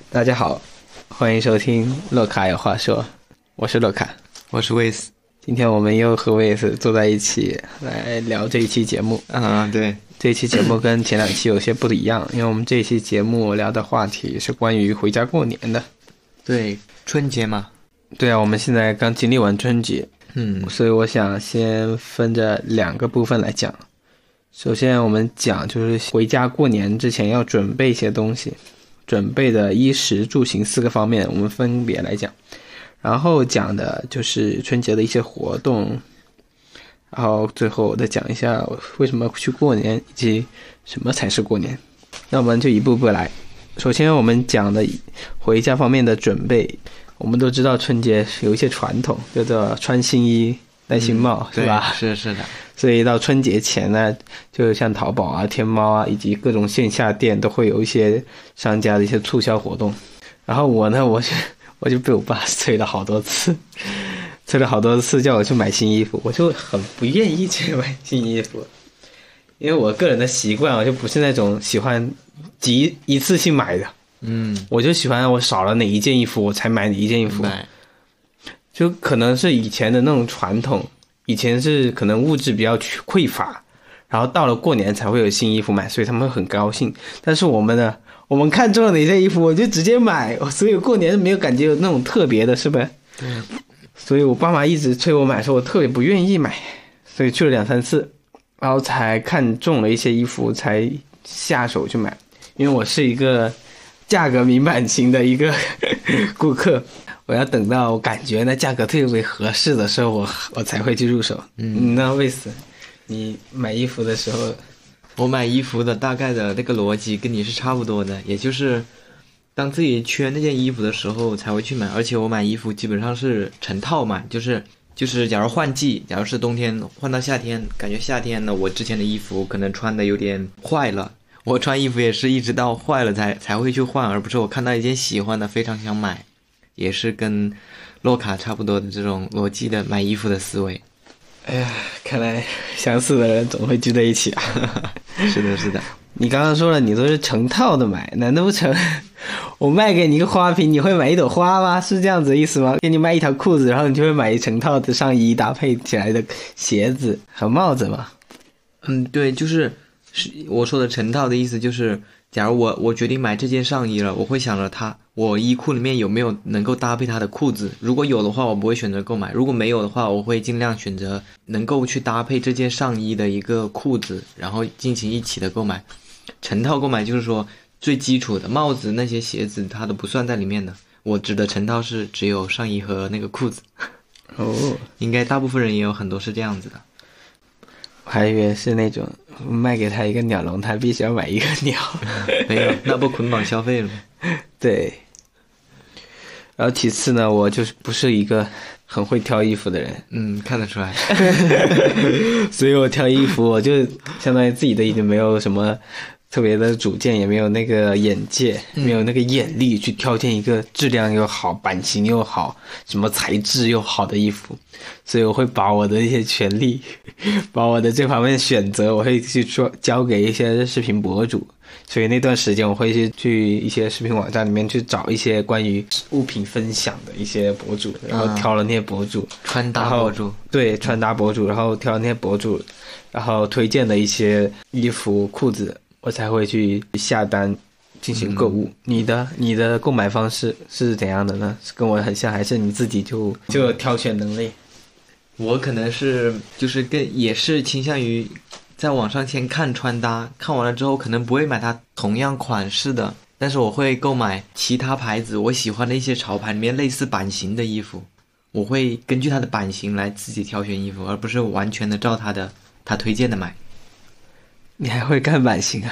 大家好，欢迎收听洛卡有话说，我是洛卡， 我是威斯。 今天我们又和威斯坐在一起来聊这一期节目。 对， 这一期节目跟前两期有些不一样，因为我们这一期节目聊的话题是关于回家过年的。 对，春节嘛。 对啊，我们现在刚经历完春节，所以我想先分着两个部分来讲。首先我们讲就是回家过年之前要准备一些东西，准备的衣食住行4个方面我们分别来讲，然后讲的就是春节的一些活动，然后最后我再讲一下为什么去过年以及什么才是过年。那我们就一步步来。首先我们讲的回家方面的准备，我们都知道春节有一些传统，叫做穿新衣戴新帽，是吧？ 是的。 所以到春节前呢，就像淘宝啊、天猫啊，以及各种线下店都会有一些商家的一些促销活动。然后我呢，我就被我爸催了好多次，叫我去买新衣服，我就很不愿意去买新衣服，因为我个人的习惯，我就不是那种喜欢一次性买的。我就喜欢我少了哪一件衣服我才买哪一件衣服，就可能是以前的那种传统。以前是可能物质比较匮乏，然后到了过年才会有新衣服买，所以他们会很高兴。但是我们呢，我们看中了哪件衣服我就直接买，所以过年没有感觉有那种特别的，是吧？ 对。 所以我爸妈一直催我买，说我特别不愿意买，所以去了2-3次，然后才看中了一些衣服才下手去买。因为我是一个价格敏感型的一个顾客，我要等到我感觉那价格特别合适的时候，我才会去入手。那为什么你买衣服的时候？ 我买衣服的大概的那个逻辑跟你是差不多的，也就是当自己缺那件衣服的时候才会去买。而且我买衣服基本上是成套买，就是假如换季，假如是冬天换到夏天，感觉夏天呢我之前的衣服可能穿的有点坏了，我穿衣服也是一直到坏了才会去换，而不是我看到一件喜欢的非常想买。也是跟洛卡差不多的这种逻辑的买衣服的思维。 哎呀，看来相似的人总会聚在一起啊。 是的。 你刚刚说了你都是成套的买，难道不成我卖给你一个花瓶你会买一朵花吗？是这样子的意思吗？给你卖一条裤子，然后你就会买一成套的上衣搭配起来的鞋子和帽子吗？ 对，就是我说的成套的意思，就是假如我决定买这件上衣了，我会想着我衣库里面有没有能够搭配它的裤子，如果有的话我不会选择购买，如果没有的话我会尽量选择能够去搭配这件上衣的一个裤子，然后进行一起的购买。成套购买就是说最基础的帽子那些鞋子它都不算在里面的，我指的成套是只有上衣和那个裤子。应该大部分人也有很多是这样子的。 我还以为是那种卖给他一个鸟笼，他必须要买一个鸟。 没有，那不捆绑消费了吗？ 对。然后其次呢，我就是不是一个很会挑衣服的人。 看得出来。 所以我挑衣服我就相当于自己的已经没有什么特别的主见，也没有那个眼界，没有那个眼力去挑选一个质量又好、版型又好、什么材质又好的衣服。所以我会把我的一些权利，把我的这方面选择，我会去交给一些视频博主。所以那段时间我会去一些视频网站里面去找一些关于物品分享的一些博主，然后挑了那些博主， 穿搭博主， 对，穿搭博主，然后挑了那些博主，然后推荐的一些衣服裤子，我才会去下单进行购物。你的购买方式是怎样的呢？是跟我很像，还是你自己就有挑选能力？ 我可能是就是也是倾向于在网上先看穿搭，看完了之后可能不会买它同样款式的，但是我会购买其他牌子我喜欢的一些潮牌里面类似版型的衣服，我会根据它的版型来自己挑选衣服，而不是完全的照他推荐的买。 你还会看版型啊？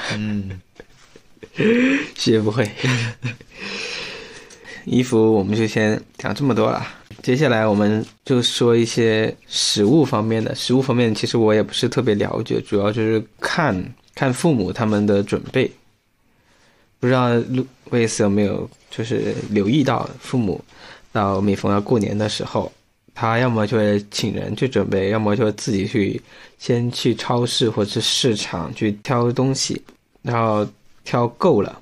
学不会。衣服我们就先讲这么多了，接下来我们就说一些食物方面的。食物方面其实我也不是特别了解，主要就是看父母他们的准备。不知道卫斯有没有就是留意到，父母到每逢要过年的时候，他要么就会请人去准备，要么就自己先去超市或者是市场去挑东西，然后挑够了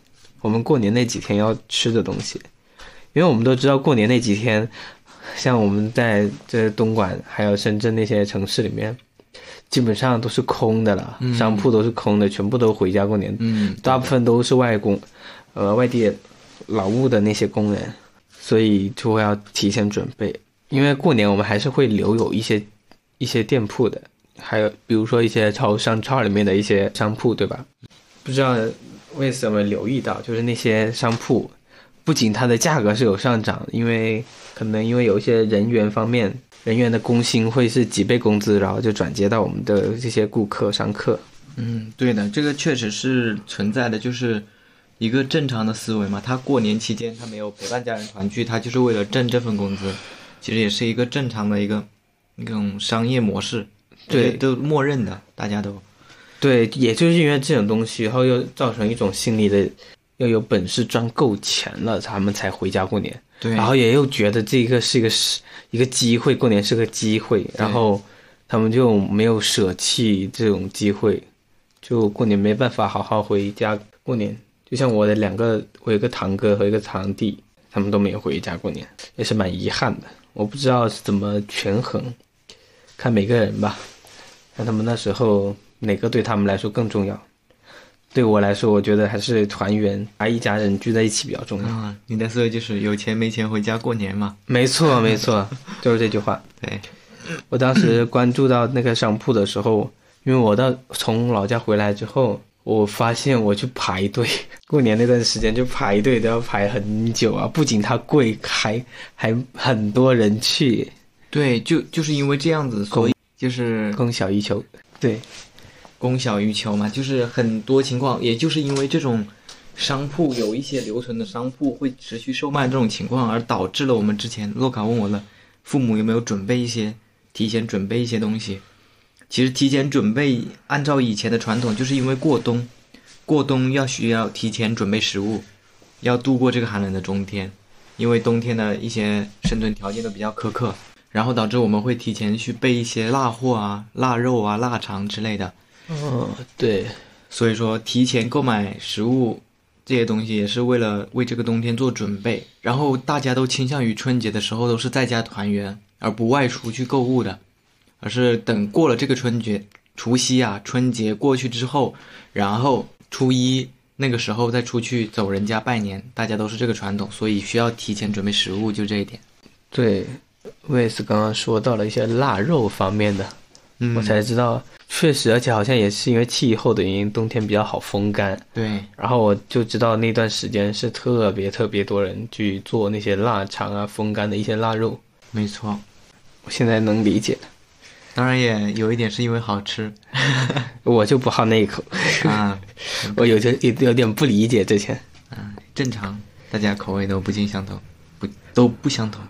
我们过年那几天要吃的东西，因为我们都知道过年那几天，像我们在这东莞还有深圳那些城市里面，基本上都是空的了，商铺都是空的，全部都回家过年，大部分都是外地劳务的那些工人，所以就要提前准备。因为过年我们还是会留有一些店铺的，还有比如说一些商超里面的一些商铺，对吧？不知道为什么留意到，就是那些商铺不仅它的价格是有上涨，可能因为有一些人员的工薪会是几倍工资，然后就转接到我们的这些商客。 对的，这个确实是存在的，就是一个正常的思维嘛。他过年期间他没有陪伴家人团聚，他就是为了挣这份工资，其实也是一个正常的一种商业模式， 对， 都默认的，大家都对，也就是因为这种东西，然后又造成一种心理的，要有本事赚够钱了，他们才回家过年。 对， 然后也又觉得这个是一个机会，过年是个机会，然后他们就没有舍弃这种机会，就过年没办法好好回家过年。就像我有一个堂哥和一个堂弟，他们都没有回家过年，也是蛮遗憾的。我不知道是怎么权衡，看每个人吧，看他们那时候哪个对他们来说更重要。对我来说，我觉得还是团圆，把一家人聚在一起比较重要。 你的思维就是有钱没钱回家过年嘛？ 没错，就是这句话。 对， 我当时关注到那个商铺的时候，因为我从老家回来之后，我发现我去排队，过年那段时间就排队都要排很久啊，不仅它贵，还很多人去。 对，就是因为这样子，所以就是供小于求。对， 供小于求嘛，就是很多情况，也就是因为这种商铺有一些留存的商铺会持续售卖这种情况，而导致了我们之前洛卡问我了，父母有没有提前准备一些东西。其实提前准备，按照以前的传统，就是因为过冬需要提前准备食物，要度过这个寒冷的冬天，因为冬天的一些生存条件都比较苛刻，然后导致我们会提前去备一些腊货啊、腊肉啊、腊肠之类的。 对， 所以说提前购买食物这些东西也是为了为这个冬天做准备。然后大家都倾向于春节的时候都是在家团圆，而不外出去购物的，而是等过了这个除夕啊，春节过去之后，然后初一那个时候再出去走人家拜年，大家都是这个传统，所以需要提前准备食物，就这一点。 对，我也是刚刚说到了一些腊肉方面的，我才知道确实，而且好像也是因为气候的原因，冬天比较好风干。 对， 然后我就知道那段时间是特别多人去做那些腊肠啊，风干的一些腊肉。 没错， 我现在能理解了。 当然也有一点是因为好吃， 我就不好那一口啊， 我有点不理解之前。 正常，大家口味都不尽相同，都不相同。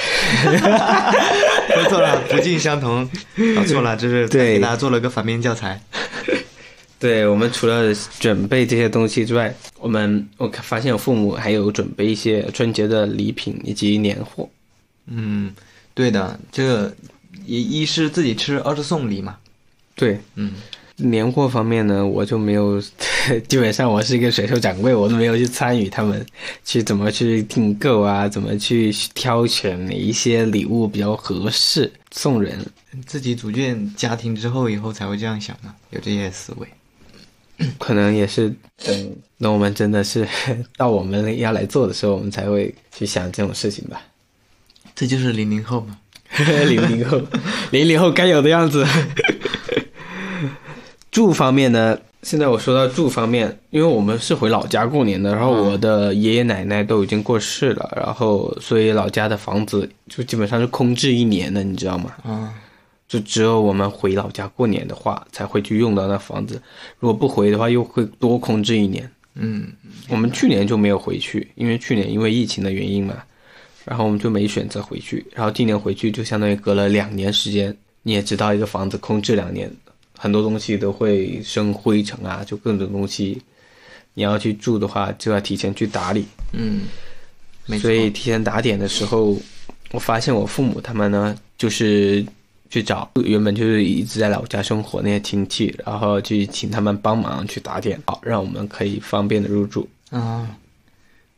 说错了，不尽相同，搞错了，这是给大家做了个反面教材。 对，我们除了准备这些东西之外，我发现我父母还有准备一些春节的礼品以及年货。 对的，这个一是自己吃，二是送礼嘛。 对，年货方面呢，我就没有，基本上我是一个水手掌柜，我都没有去参与他们怎么去订购啊，怎么去挑选哪一些礼物比较合适送人。 自己组建家庭之后以后才会这样想的，有这些思维。 可能也是等我们真的是到我们要来做的时候，我们才会去想这种事情吧。 这就是00后嘛。 00后该有的样子。住方面呢，现在我说到住方面，因为我们是回老家过年的，然后我的爷爷奶奶都已经过世了，然后所以老家的房子就基本上是空置1年的，你知道吗？就只有我们回老家过年的话才会去用到那房子，如果不回的话又会多空置1年。我们去年就没有回去，因为疫情的原因嘛，然后我们就没选择回去，然后今年回去就相当于隔了2年时间。你也知道一个房子空置2年，很多东西都会生灰尘啊，就各种东西你要去住的话就要提前去打理。 没错。 所以提前打点的时候，我发现我父母他们呢就是去找原本就是一直在老家生活那些亲戚，然后去请他们帮忙去打点好，让我们可以方便的入住。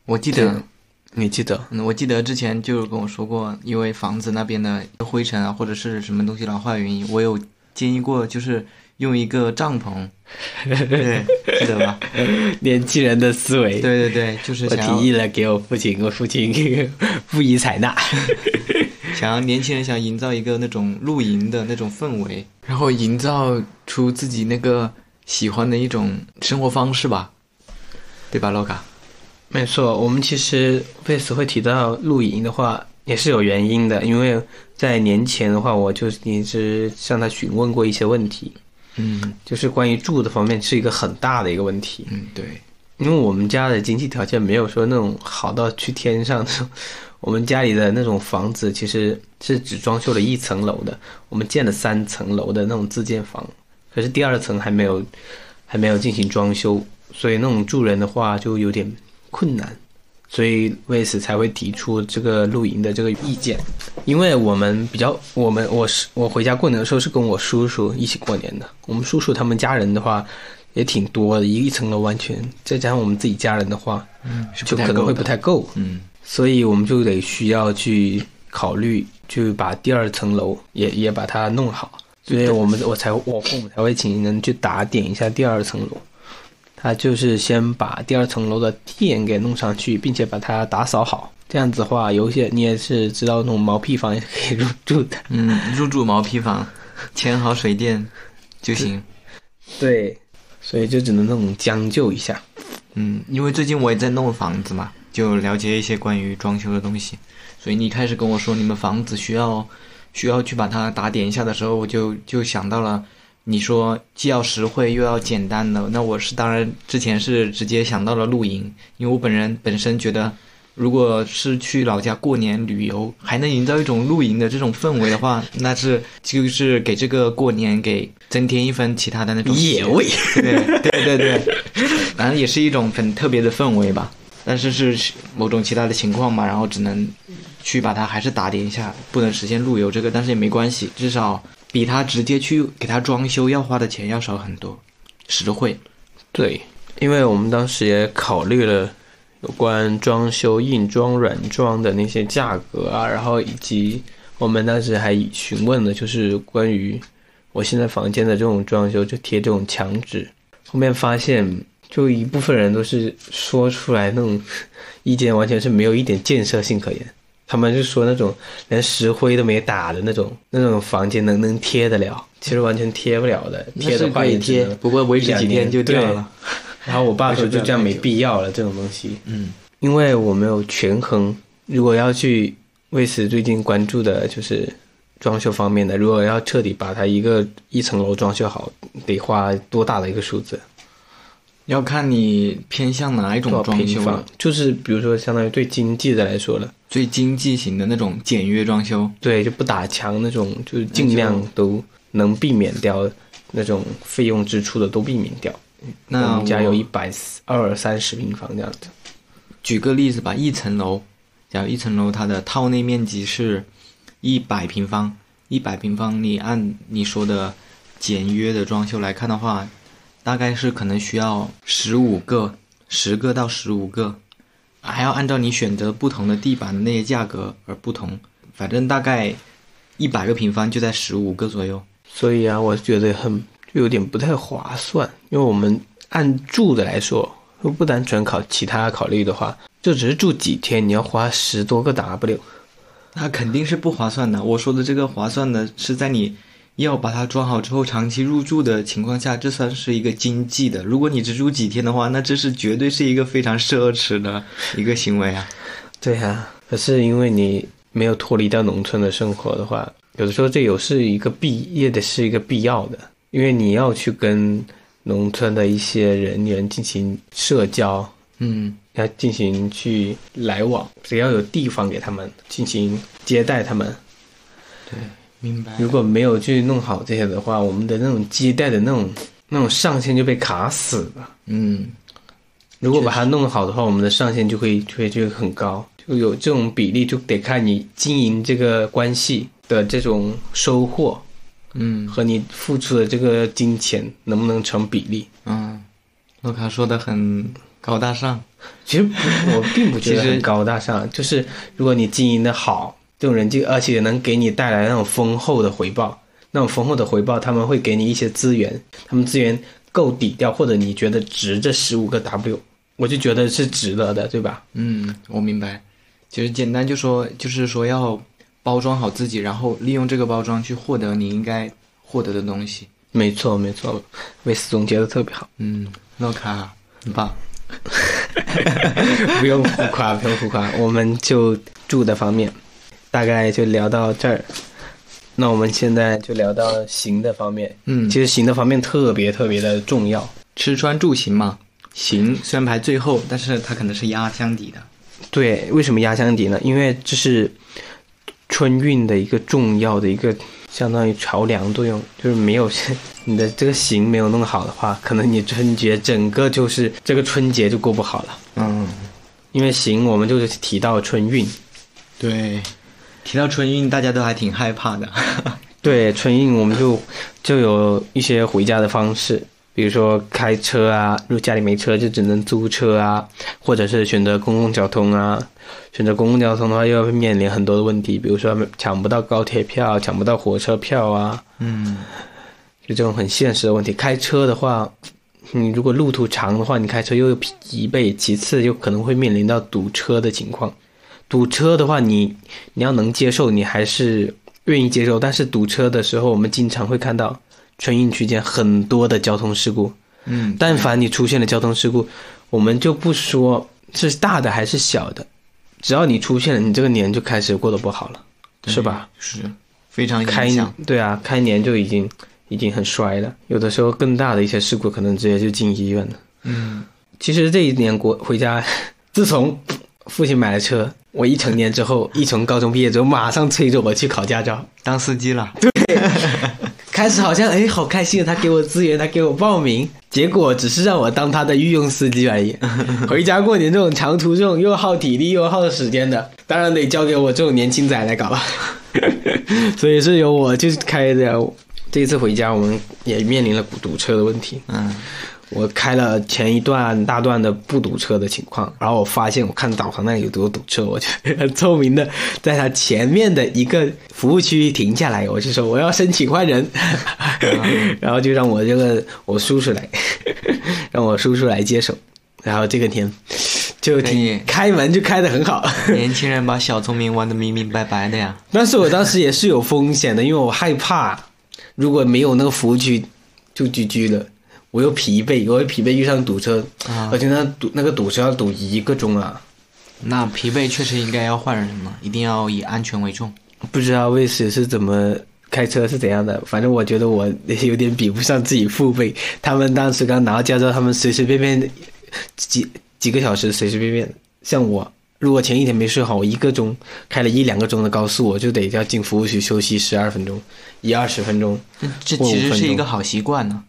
我记得， 你记得？ 我记得之前就有跟我说过，因为房子那边的灰尘啊，或者是什么东西老化原因，我有建议过，就是用一个帐篷。对，记得吧？ 年轻人的思维。 对对对，就是我提议了给我父亲，我父亲不予采纳。 年轻人想营造一个那种露营的那种氛围，然后营造出自己那个喜欢的一种生活方式吧，对吧，洛卡？ 没错，我们其实为此会提到露营的话，也是有原因的，因为在年前的话，我就一直向他询问过一些问题。就是关于住的方面是一个很大的一个问题。 对， 因为我们家的经济条件没有说那种好到去天上的，我们家里的那种房子其实是只装修了1层楼的，我们建了3层楼的那种自建房，可是第2层还没有进行装修，所以那种住人的话就有点困难，所以为此才会提出这个露营的这个意见。因为我回家过年的时候是跟我叔叔一起过年的，我们叔叔他们家人的话也挺多的，一层楼完全再加上我们自己家人的话，就可能会不太够。所以我们就得需要去考虑，就把第2层楼也把它弄好。所以我父母才会请人去打点一下第2层楼。他就是先把第2层楼的电给弄上去，并且把它打扫好。这样子的话，有些你也是知道那种毛坯房也可以入住的。 入住毛坯房，牵好水电就行。 对，所以就只能那种将就一下。 因为最近我也在弄房子嘛，就了解一些关于装修的东西。所以你一开始跟我说你们房子需要去把它打点一下的时候，我就想到了。你说既要实惠又要简单的，那我是当然之前是直接想到了露营，因为我本身觉得，如果是去老家过年旅游，还能营造一种露营的这种氛围的话，那就是给这个过年给增添一分其他的那种野味。 对，反正也是一种很特别的氛围吧。但是某种其他的情况嘛，然后只能去把它还是打点一下，不能实现路由这个，但是也没关系，至少比他直接去给他装修要花的钱要少很多，实惠。 对，因为我们当时也考虑了有关装修硬装软装的那些价格啊，然后以及我们当时还询问了就是关于我现在房间的这种装修，就贴这种墙纸，后面发现就一部分人都是说出来那种意见完全是没有一点建设性可言。他们就说那种连石灰都没打的那种房间能贴得了，其实完全贴不了的，贴的话也贴， 不过维持几天就掉了。 然后我爸说就这样没必要了这种东西。因为我没有权衡，如果要去为此最近关注的就是装修方面的，如果要彻底把它一层楼装修好，得花多大的一个数字？ 要看你偏向哪一种装修了， 就是比如说相当于最经济的来说了， 最经济型的那种简约装修，对， 就不打墙那种，就是尽量都能避免掉那种费用支出的都避免掉。那我们家有120-130平方这样子。 举个例子吧，一层楼，假如一层楼它的套内面积是100平方，100平方你按你说的简约的装修来看的话，大概是可能需要10个到15个，还要按照你选择不同的地板的那些价格而不同，反正大概100个平方就在15个左右。 所以啊，我觉得就有点不太划算，因为我们按住的来说，不单纯其他考虑的话，就只是住几天，你要花10多个 W， 那肯定是不划算的。我说的这个划算的是在你要把它装好之后长期入住的情况下，这算是一个经济的。如果你只住几天的话，那这是绝对是一个非常奢侈的一个行为啊。 对啊，可是因为你没有脱离到农村的生活的话，有的时候这是一个必要的，因为你要去跟农村的一些人员进行社交，要进行去来往，只要有地方给他们进行接待他们。 对，明白。 如果没有去弄好这些的话，我们的那种接待的那种上限就被卡死了。如果把它弄好的话，我们的上限就会很高，就有这种比例，就得看你经营这个关系的这种收获，和你付出的这个金钱能不能成比例。 洛卡说的很高大上。 其实我并不觉得很高大上，就是如果你经营的好，这种人就而且能给你带来那种丰厚的回报，那种丰厚的回报他们会给你一些资源，他们资源够抵掉，或者你觉得值这15个 W， 我就觉得是值得的，对吧？ 我明白。其实简单就是说要包装好自己，然后利用这个包装去获得你应该获得的东西。 没错，维斯总结的特别好。 诺卡很棒。 不用浮夸，我们就住的方面大概就聊到这儿。那我们现在就聊到行的方面。其实行的方面特别的重要， 吃穿住行嘛。行虽然排最后，但是它可能是压箱底的。 对，为什么压箱底呢？因为这是春运的一个重要的一个相当于桥梁作用，就是没有你的这个行没有弄好的话，可能你春节整个就是这个春节就过不好了。因为行我们就是提到春运。 对，提到春运大家都还挺害怕的。 对，春运我们就有一些回家的方式，比如说开车啊，如果家里没车就只能租车啊，或者是选择公共交通啊。选择公共交通的话又要面临很多的问题，比如说抢不到高铁票，抢不到火车票啊。就这种很现实的问题。开车的话，你如果路途长的话，你开车又有疲惫，其次又可能会面临到堵车的情况。堵车的话你要能接受，你还是愿意接受，但是堵车的时候我们经常会看到春运期间很多的交通事故。但凡你出现了交通事故，我们就不说是大的还是小的，只要你出现了，你这个年就开始过得不好了，是吧？ 是非常影响。 对啊，开年就已经很衰了，有的时候更大的一些事故可能直接就进医院了。其实这一年回家，自从父亲买了车，我一成年之后，一从高中毕业之后，马上催着我去考驾照， 当司机了。 对，开始好像好开心，他给我资源，他给我报名，结果只是让我当他的御用司机而已。回家过年这种长途这种又耗体力又耗时间的，当然得交给我这种年轻仔来搞了。所以是由我就是开的。这一次回家我们也面临了堵车的问题。我开了前一段大段的不堵车的情况，然后我发现我看导航那里有多堵车，我就很聪明的在他前面的一个服务区停下来，我就说我要申请换人。然后就让我叔叔来让我叔叔来接手，然后这个天就开门就开得很好。 年轻人把小聪明玩得明明白白的呀。 但是我当时也是有风险的，因为我害怕如果没有那个服务区就 GG 了，我又疲惫遇上堵车，而且那个堵车要堵1个钟啊。 那疲惫确实应该要换人了，一定要以安全为重。 不知道卫士是怎么开车是怎样的，反正我觉得我有点比不上自己父辈，他们当时刚拿到驾照，他们随随便便几个小时随随便便。像我如果前一天没睡好，我1个钟开了1-2个钟的高速，我就得要进服务区休息12分钟，20分钟。 这其实是一个好习惯呢。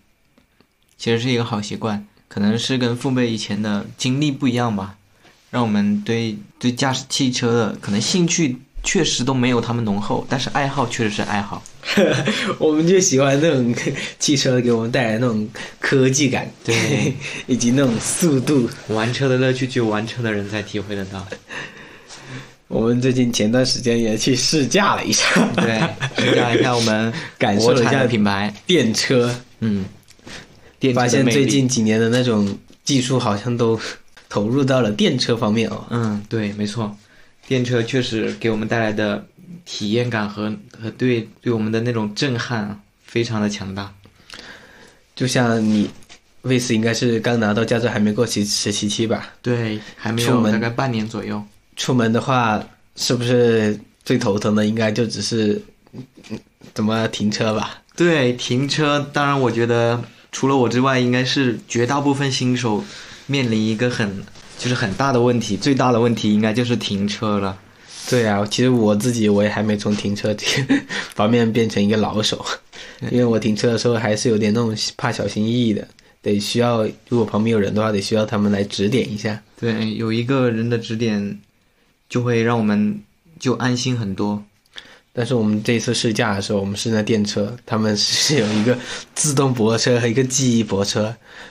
可能是跟父辈以前的经历不一样吧，让我们对驾驶汽车的可能兴趣确实都没有他们浓厚，但是爱好确实是爱好。 我们就喜欢那种汽车给我们带来那种科技感， 对， 以及那种速度。 玩车的乐趣只有玩车的人才体会得到。 我们最近前段时间也去试驾了一下， 对，试驾一下我们感受了一下品牌电车。发现最近几年的那种技术好像都投入到了电车方面哦。 对，没错，电车确实给我们带来的体验感和对我们的那种震撼非常的强大。 就像你卫斯应该是刚拿到驾照还没过实习期吧？ 对，还没有，大概半年左右。 出门的话是不是最头疼的应该就只是怎么停车吧？ 对，停车当然我觉得除了我之外应该是绝大部分新手面临一个很大的问题，最大的问题应该就是停车了。 对啊，其实我自己我也还没从停车这个方面变成一个老手，因为我停车的时候还是有点那种怕小心翼翼的，得需要如果旁边有人的话得需要他们来指点一下。 对，有一个人的指点就会让我们就安心很多。 但是我们这次试驾的时候，我们是那电车，他们是有一个自动泊车和一个记忆泊车，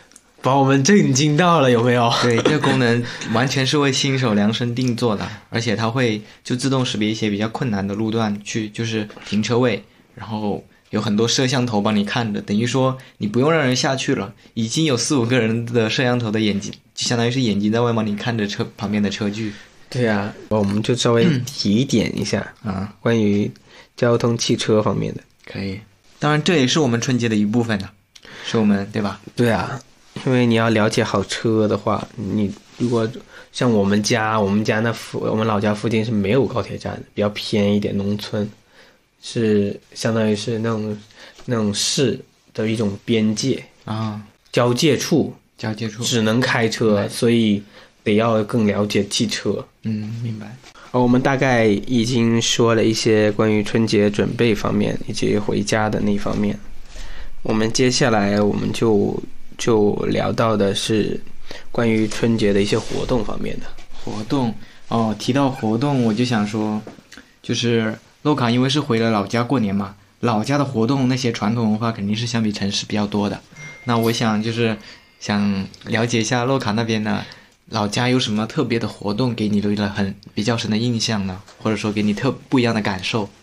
把我们震惊到了，有没有？ 对，这个功能完全是为新手量身定做的，而且它会就自动识别一些比较困难的路段去，就是停车位，然后有很多摄像头帮你看着，等于说你不用让人下去了，已经有4-5个人的摄像头的眼睛，就相当于是眼睛在外帮你看着车旁边的车距。 对啊，我们就稍微提点一下啊， 关于交通汽车方面的。 可以，当然这也是我们春节的一部分呢，是我们对吧？ 对啊，因为你要了解好车的话，你如果像我们家我们老家附近是没有高铁站的，比较偏一点，农村，是相当于是那种市的一种边界啊， 交界处只能开车，所以得要更了解汽车。 明白。 我们大概已经说了一些关于春节准备方面以及回家的那方面，我们接下来我们就聊到的是关于春节的一些活动方面的。 活动提到活动我就想说，就是洛卡因为是回了老家过年嘛，老家的活动那些传统文化肯定是相比城市比较多的。那我想了解一下洛卡那边的老家有什么特别的活动给你留了比较深的印象呢？或者说给你不一样的感受？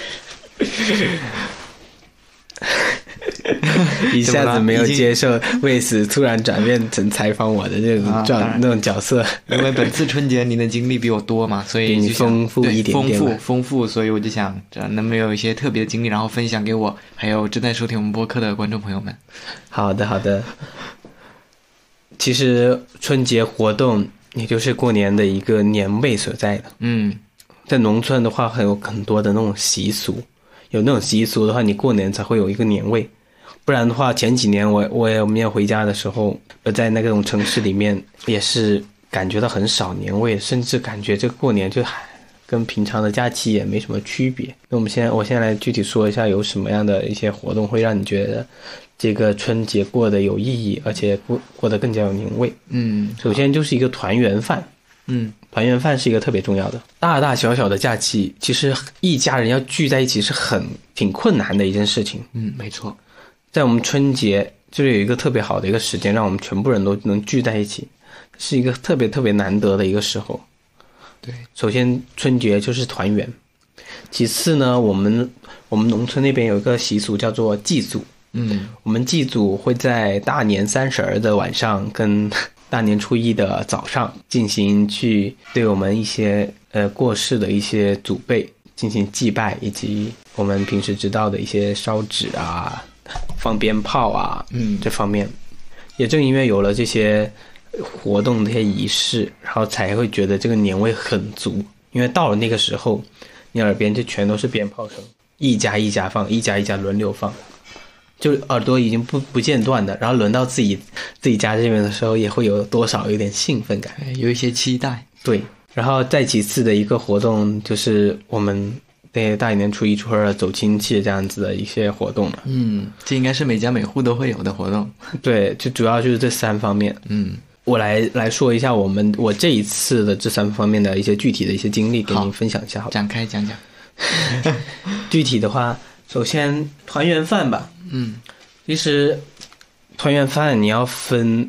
一下子没有接受为此突然转变成采访我的这种那种角色， 因为本次春节您的经历比我多嘛，所以你丰富一点点， 丰富，所以我就想能不能有一些特别的经历，然后分享给我还有正在收听我们播客的观众朋友们。 好的。其实春节活动也就是过年的一个年味所在的。在农村的话还有很多的那种习俗，有那种习俗的话你过年才会有一个年味，不然的话前几年我也回家的时候，在那种城市里面也是感觉到很少年味，甚至感觉这个过年就跟平常的假期也没什么区别。那我现在来具体说一下有什么样的一些活动会让你觉得这个春节过得有意义，而且过得更加有年味。首先就是一个团圆饭。团圆饭是一个特别重要的，大大小小的假期，其实一家人要聚在一起是挺困难的一件事情。 没错， 在我们春节就是有一个特别好的一个时间，让我们全部人都能聚在一起，是一个特别特别难得的一个时候。 对， 首先春节就是团圆，其次呢，我们农村那边有一个习俗叫做祭祖。我们祭祖会在大年30的晚上跟大年初一的早上进行去对我们一些过世的一些祖辈进行祭拜，以及我们平时知道的一些烧纸啊、放鞭炮啊，这方面。也正因为有了这些活动、这些仪式，然后才会觉得这个年味很足。因为到了那个时候，你耳边就全都是鞭炮声，一家一家放，一家一家轮流放。就耳朵已经不间断的，然后轮到自己家这边的时候，也会有有点兴奋感， 有一些期待。 对，然后再其次的一个活动就是我们在大年初一、初二走亲戚这样子的一些活动了。 这应该是每家每户都会有的活动。 对，就主要就是这3方面。我来说一下我这一次的这3方面的一些具体的一些经历，给您分享一下好。 展开讲讲。 具体的话，首先团圆饭吧。其实团圆饭你要分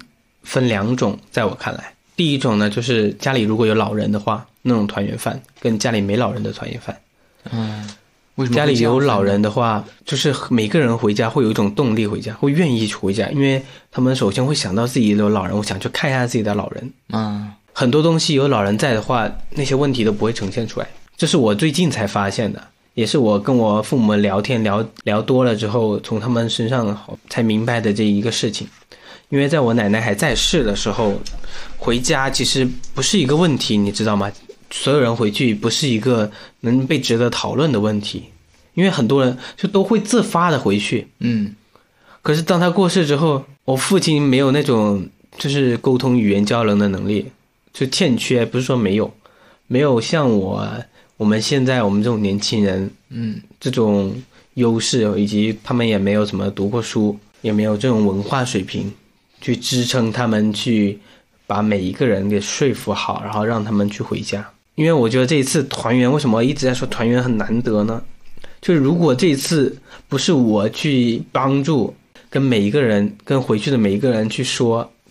2种，在我看来，第一种呢就是家里如果有老人的话，那种团圆饭，跟家里没老人的团圆饭。 为什么家里有老人的话，就是每个人回家会有一种动力回家，会愿意去回家，因为他们首先会想到自己有老人，我想去看一下自己的老人。很多东西有老人在的话，那些问题都不会呈现出来，这是我最近才发现的，也是我跟我父母聊天聊多了之后，从他们身上才明白的这一个事情。因为在我奶奶还在世的时候，回家其实不是一个问题，你知道吗？所有人回去不是一个能被值得讨论的问题，因为很多人就都会自发的回去。可是当他过世之后，我父亲没有那种就是沟通语言交流的能力，就欠缺，不是说没有像我们现在我们这种年轻人这种优势，以及他们也没有什么读过书，也没有这种文化水平去支撑他们去把每一个人给说服好，然后让他们去回家。因为我觉得这一次团圆，为什么一直在说团圆很难得呢？就是如果这一次不是我去帮助跟回去的每一个人去说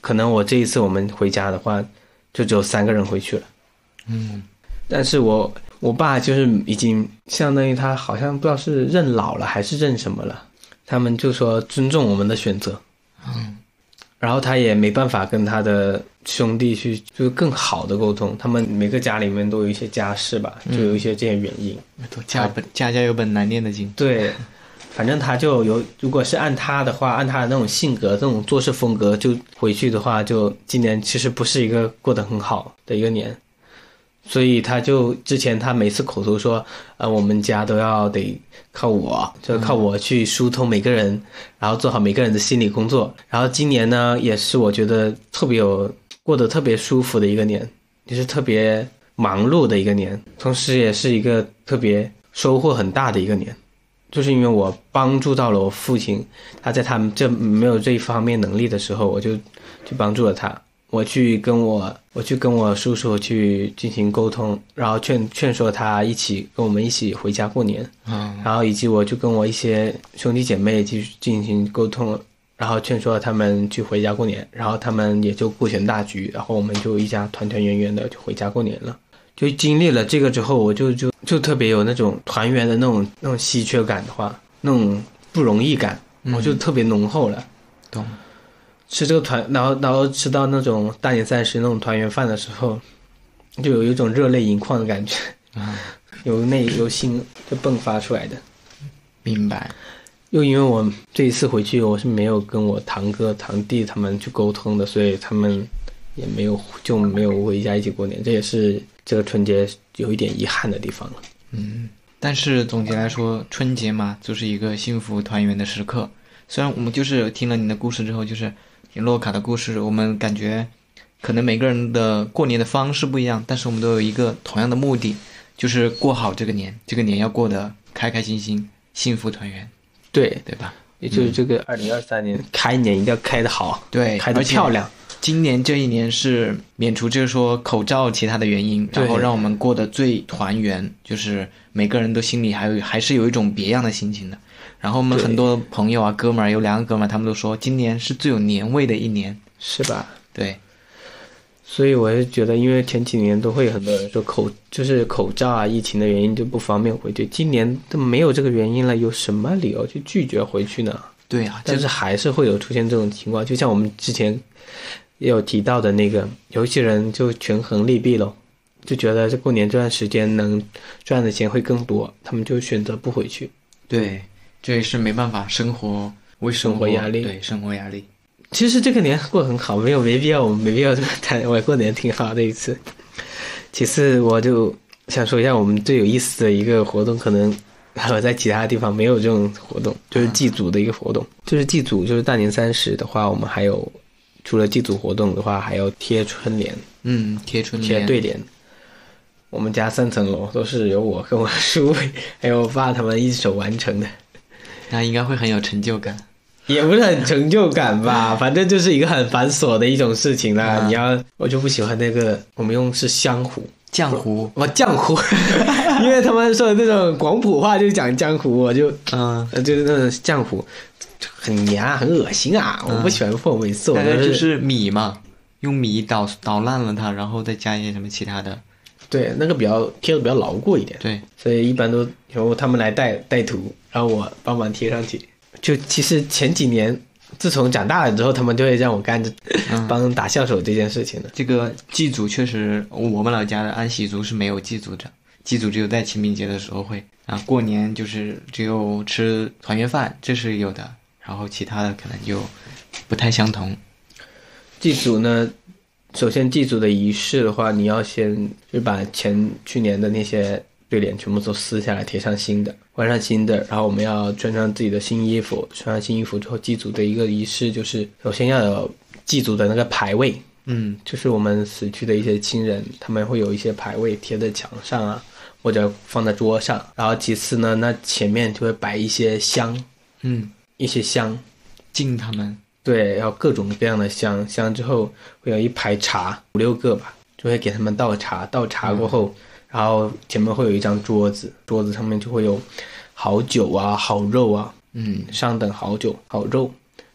可能我这一次我们回家的话，就只有3个人回去了。但是我爸就是已经相当于他好像不知道是认老了还是认什么了，他们就说尊重我们的选择。然后他也没办法跟他的兄弟去就是更好的沟通，他们每个家里面都有一些家事吧，就有一些这些原因。 家家有本难念的经。 对，反正他就有，如果是按他的话，按他的那种性格、这种做事风格，就回去的话，就今年其实不是一个过得很好的一个年。所以他就之前他每次口头说，我们家都要得靠我，就靠我去疏通每个人，然后做好每个人的心理工作。然后今年呢，也是我觉得过得特别舒服的一个年，也是特别忙碌的一个年，同时也是一个特别收获很大的一个年。就是因为我帮助到了我父亲，他在他们没有这一方面能力的时候，我就去帮助了他。我去跟我叔叔去进行沟通，然后劝说他跟我们一起回家过年。然后以及我就跟我一些兄弟姐妹去进行沟通，然后劝说他们去回家过年，然后他们也就顾全大局，然后我们就一家团团圆圆的就回家过年了。就经历了这个之后，我就特别有那种团圆的那种稀缺感的话，那种不容易感，我就特别浓厚了。 懂。 吃这个然后吃到那种大年30那种团圆饭的时候，就有一种热泪盈眶的感觉，由心就迸发出来的。 明白。 又因为我这一次回去，我是没有跟我堂哥堂弟他们去沟通的，所以他们也没有回家一起过年，这也是这个春节有一点遗憾的地方了。 但是总结来说，春节嘛，就是一个幸福团圆的时刻。虽然我们就是听了你的故事之后，就是洛卡的故事，我们感觉可能每个人的过年的方式不一样，但是我们都有一个同样的目的，就是过好这个年要过得开开心心，幸福团圆。对吧？ 也就是这个2023年开年一定要开得好， 对， 开得漂亮。 今年这一年是免除就是说口罩其他的原因，然后让我们过得最团圆，就是每个人都心里还是有一种别样的心情的。然后我们很多朋友啊，哥们儿有2个哥们儿，他们都说今年是最有年味的一年， 是吧？ 对。 所以我也觉得，因为前几年都会很多人说口罩啊、疫情的原因就不方便回去，今年都没有这个原因了，有什么理由去拒绝回去呢？ 对啊， 但是还是会有出现这种情况，就像我们之前也有提到的那个，有一些人就权衡利弊咯，就觉得这过年这段时间能赚的钱会更多，他们就选择不回去。 对，这也是没办法，生活压力。 对，生活压力。 其实这个年过得很好，没必要这么谈。我过年挺好的一次。其次，我就想说一下我们最有意思的一个活动，可能我在其他地方没有这种活动，就是祭祖的一个活动。就是祭祖，就是大年30的话，我们还有除了祭祖活动的话，还要贴春联。 贴春联， 贴对联。我们家3层楼都是由我跟我叔还有我爸他们一手完成的， 那应该会很有成就感。 也不是很成就感吧，反正就是一个很繁琐的一种事情啦。我就不喜欢那个，我们用是浆糊， 浆糊， 因为他们说的那种广普话就讲浆糊，我就就是那种浆糊，很黏啊，很恶心啊，我不喜欢碰每次。 大概就是米嘛，用米捣烂了它，然后再加一些什么其他的。 对，那个贴的比较牢固一点。 对， 所以一般都由他们来带图，然后我帮忙贴上去。就其实前几年，自从长大了之后，他们就会让我干着帮打下手这件事情的。 这个祭祖确实，我们老家的安喜族是没有祭祖的，祭祖只有在清明节的时候会啊，过年就是只有吃团圆饭，这是有的，然后其他的可能就不太相同。 祭祖呢，首先祭祖的仪式的话，你要先就把去年的那些对联全部都撕下来，贴上新的，换上新的，然后我们要穿上自己的新衣服，穿上新衣服之后，祭祖的一个仪式就是首先要有祭祖的那个牌位，就是我们死去的一些亲人，他们会有一些牌位贴在墙上啊，或者放在桌上，然后其次呢，那前面就会摆一些香，一些香敬他们。 对，要各种各样的香之后会有一排茶，5、6个吧，就会给他们倒茶过后，然后前面会有一张桌子上面就会有好酒啊好肉啊，上等好酒好肉，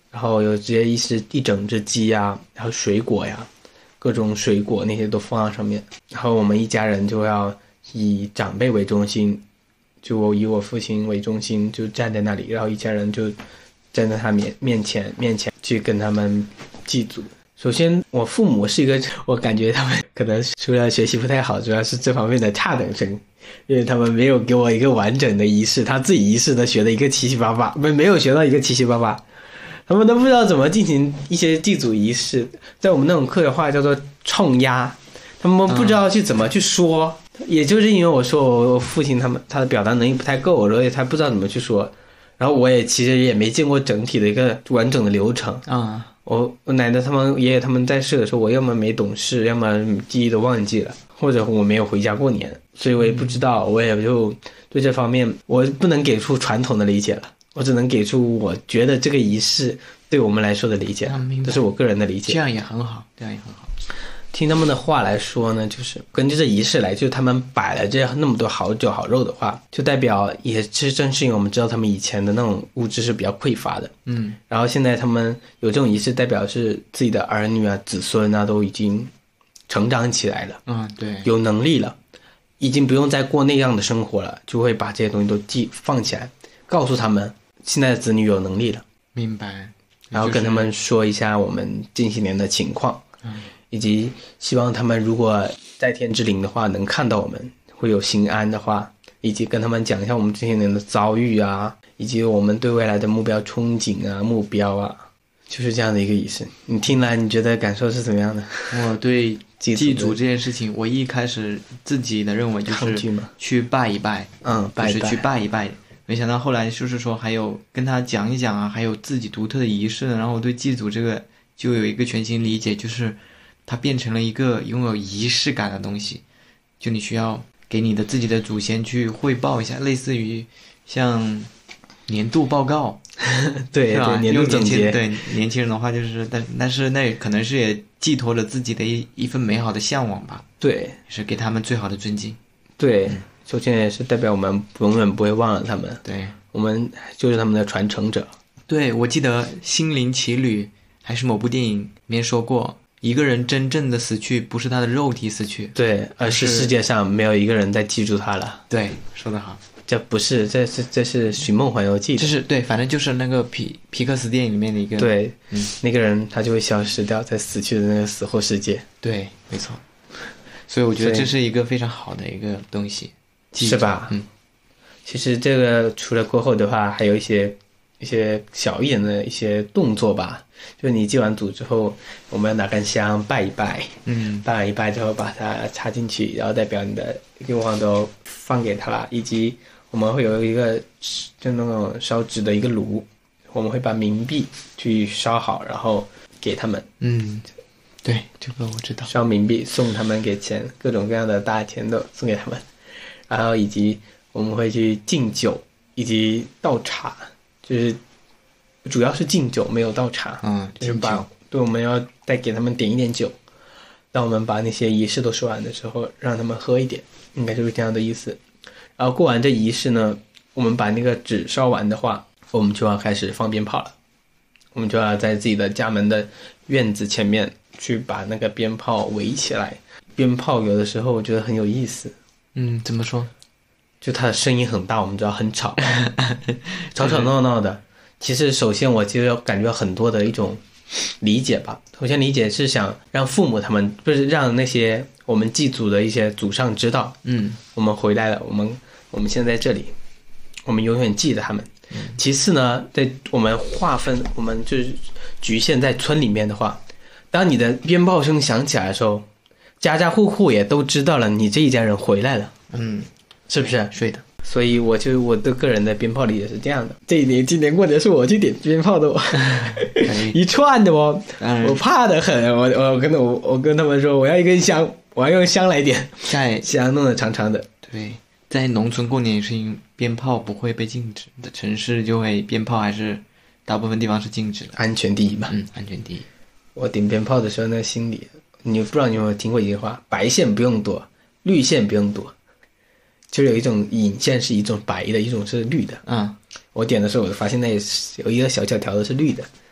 然后有直接一整只鸡啊，然后水果呀，各种水果那些都放在上面，然后我们一家人就要以长辈为中心，就以我父亲为中心，就站在那里，然后一家人就站在他面前去跟他们祭祖。首先我父母是一个，我感觉他们可能除了学习不太好，主要是这方面的差等生，因为他们没有给我一个完整的仪式，他自己仪式的学的一个七七八八，没有学到一个七七八八，他们都不知道怎么进行一些祭祖仪式。在我们那种课的话叫做冲压，他们不知道去怎么去说，也就是因为我说我父亲他的表达能力不太够，所以他不知道怎么去说，然后我也其实也没见过整体的一个完整的流程啊。 我奶奶他们爷爷他们在世的时候，我要么没懂事，要么记忆都忘记了，或者我没有回家过年，所以我也不知道，我也就对这方面我不能给出传统的理解了，我只能给出我觉得这个仪式对我们来说的理解，这是我个人的理解。 这样也很好，这样也很好。 听他们的话来说呢，就是根据这仪式来，就是他们摆了这那么多好酒好肉的话，就代表也是正是因为我们知道他们以前的那种物质是比较匮乏的，然后现在他们有这种仪式，代表是自己的儿女啊、子孙啊都已经成长起来了， 对， 有能力了，已经不用再过那样的生活了，就会把这些东西都放起来，告诉他们现在的子女有能力了， 明白， 然后跟他们说一下我们近些年的情况，以及希望他们如果在天之灵的话能看到我们会有心安的话，以及跟他们讲一下我们这些年的遭遇啊，以及我们对未来的目标憧憬啊、目标啊，就是这样的一个仪式。你听来你觉得感受是怎么样的？ 我对祭祖这件事情，我一开始自己的认为就是去拜一拜，就是去拜一拜。没想到后来就是说还有跟他讲一讲啊，还有自己独特的仪式呢。然后我对祭祖这个就有一个全新理解，就是它变成了一个拥有仪式感的东西，就你需要给你的自己的祖先去汇报一下，类似于像年度报告， 对对，年度总结。 对年轻人的话就是，但是那可能是也寄托了自己的一份美好的向往吧。 对， 是给他们最好的尊敬。 对，首先也是代表我们永远不会忘了他们。 对， 我们就是他们的传承者。 对，我记得《心灵奇旅》还是某部电影里面说过，一个人真正的死去不是他的肉体死去， 对，而是世界上没有一个人再记住他了。 对，说得好。 这不是，这是《寻梦环游记》的。 这是对，反正就是那个皮克斯电影里面的一个。 对，那个人他就会消失掉，在死去的那个死后世界。 对，没错。所以我觉得这是一个非常好的一个东西， 是吧？其实这个除了过后的话，还有一些小一点的一些动作吧。就是你祭完祖之后，我们要拿根香拜一拜，拜完一拜之后把它插进去，然后代表你的愿望都放给他了，以及我们会有一个就那种烧纸的一个炉，我们会把冥币去烧好，然后给他们。 对，这个我知道。 烧冥币送他们给钱，各种各样的大钱都送给他们，然后以及我们会去敬酒，以及倒茶，就是主要是敬酒，没有倒茶。就是对，我们要再给他们点一点酒，当我们把那些仪式都说完的时候，让他们喝一点，应该就是这样的意思。然后过完这仪式呢，我们把那个纸烧完的话，我们就要开始放鞭炮了。我们就要在自己的家门的院子前面去把那个鞭炮围起来。鞭炮有的时候我觉得很有意思。 怎么说？ 就它的声音很大，我们知道很吵，吵吵闹闹的。其实首先我就感觉很多的一种理解吧。首先理解是想让父母他们，不是让那些我们祭祖的一些祖上知道，我们回来了，我们现在在这里，我们永远记得他们。其次呢，在我们划分，我们就是局限在村里面的话，当你的鞭炮声响起来的时候，家家户户也都知道了你这一家人回来了，是不是？ 是的。 所以我的个人的鞭炮里也是这样的。这一年今年过节是我去点鞭炮的哦，一串的哦，我怕得很。我跟他们说，我要一根香，我要用香来点，香弄得长长的。 对，在农村过年也是因为鞭炮不会被禁止的，城市就会鞭炮还是大部分地方是禁止的。 安全第一嘛。 安全第一。 我点鞭炮的时候，那心里，你不知道你有没有听过一句话：白线不用躲，绿线不用躲。就是有一种引线是一种白的，一种是绿的。我点的时候我发现那有一个小条的是绿的，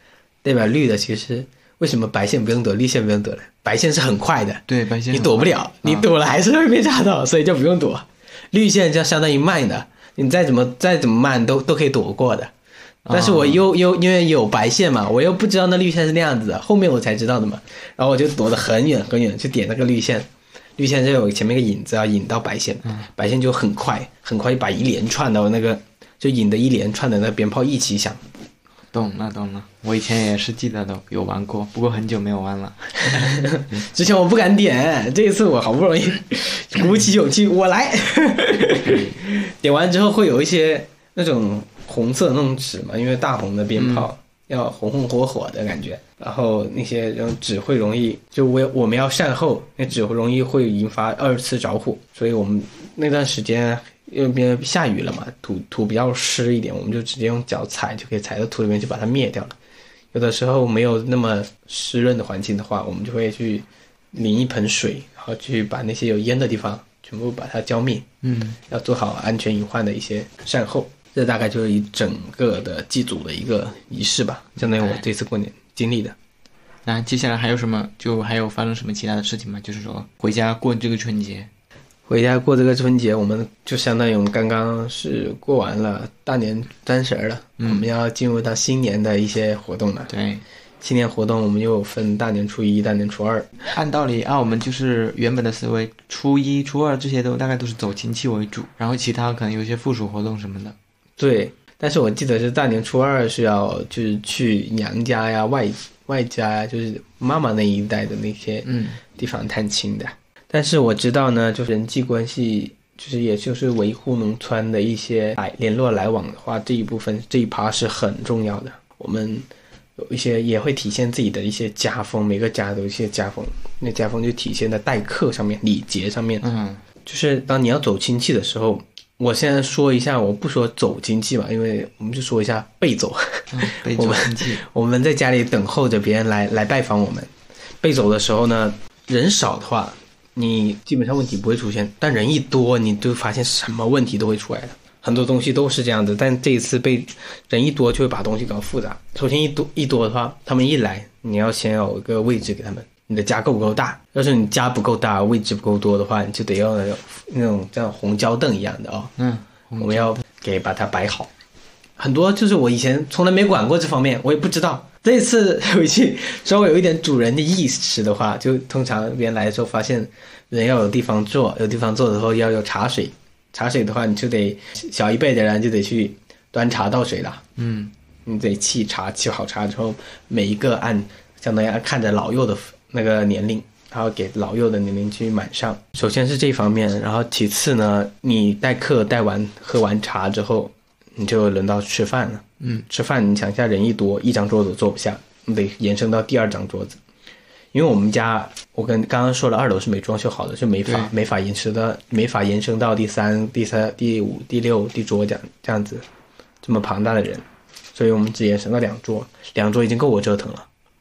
代表绿的其实为什么白线不用躲，绿线不用躲呢？白线是很快的， 对，白线你躲不了，你躲了还是会被查到，所以就不用躲。绿线就相当于慢的，你再怎么慢都可以躲过的。但是我又因为有白线嘛，我又不知道那绿线是那样子的，后面我才知道的嘛。然后我就躲得很远很远，去点那个绿线，绿线就有前面一个引子要引到白线，白线就很快很快把一连串的那个就引的一连串的那个鞭炮一起响。 懂了，我以前也是记得的，有玩过，不过很久没有玩了。 之前我不敢点，这一次我好不容易鼓起勇气，我来。点完之后会有一些那种红色的那种纸嘛，因为大红的鞭炮要红红火火的感觉，然后那些纸会容易，就我们要善后，那纸容易会引发二次着火，所以我们那段时间。因为下雨了嘛，土比较湿一点，我们就直接用脚踩就可以踩到土里面，就把它灭掉了。有的时候没有那么湿润的环境的话，我们就会去淋一盆水，然后去把那些有烟的地方全部把它浇灭。要做好安全隐患的一些善后。这大概就是一整个的祭祖的一个仪式吧，相当于我这次过年经历的。 那接下来还有什么？就还有发生什么其他的事情吗？就是说回家过这个春节。 回家过这个春节，我们就相当于我们刚刚是过完了大年30了，我们要进入到新年的一些活动了。 对， 新年活动我们又分大年初一、大年初二。 按道理我们就是原本的思维，初一、初二这些大概都是走亲戚为主，然后其他可能有一些附属活动什么的。 对，但是我记得是大年初二是要就是去娘家呀、外家呀，就是妈妈那一代的那些地方探亲的。但是我知道呢，就是人际关系，就是也就是维护农村的一些联络来往的话，这一部分这一趴是很重要的。我们有一些也会体现自己的一些家风，每个家都有一些家风，那家风就体现在待客上面、礼节上面。就是当你要走亲戚的时候，我现在说一下，我不说走亲戚吧，因为我们就说一下备走。 备走亲戚， 我们在家里等候着别人来拜访我们。备走的时候呢，人少的话。你基本上问题不会出现，但人一多，你就发现什么问题都会出来的。很多东西都是这样的，但这一次被人一多就会把东西搞复杂。首先一多的话，他们一来，你要先有一个位置给他们，你的家够不够大？要是你家不够大，位置不够多的话，你就得要那种像红胶凳一样的我们要把它摆好。很多就是我以前从来没管过这方面，我也不知道。这次回去稍微有一点主人的意识的话，就通常别人来的时候发现人要有地方坐，有地方坐的时候要有茶水，茶水的话你就得小一辈的人就得去端茶倒水了。你得沏茶，沏好茶之后，每一个相当于看着老幼的那个年龄，然后给老幼的年龄去满上。首先是这方面，然后其次呢，你待客喝完茶之后，你就轮到吃饭了。吃饭你想一下，人一多，一张桌子坐不下，你得延伸到第二张桌子。因为我们家我刚刚说了，2楼是没装修好的，是没法延伸到第3、第5、第6第桌这样子这么庞大的人，所以我们只延伸到2桌已经够我折腾了。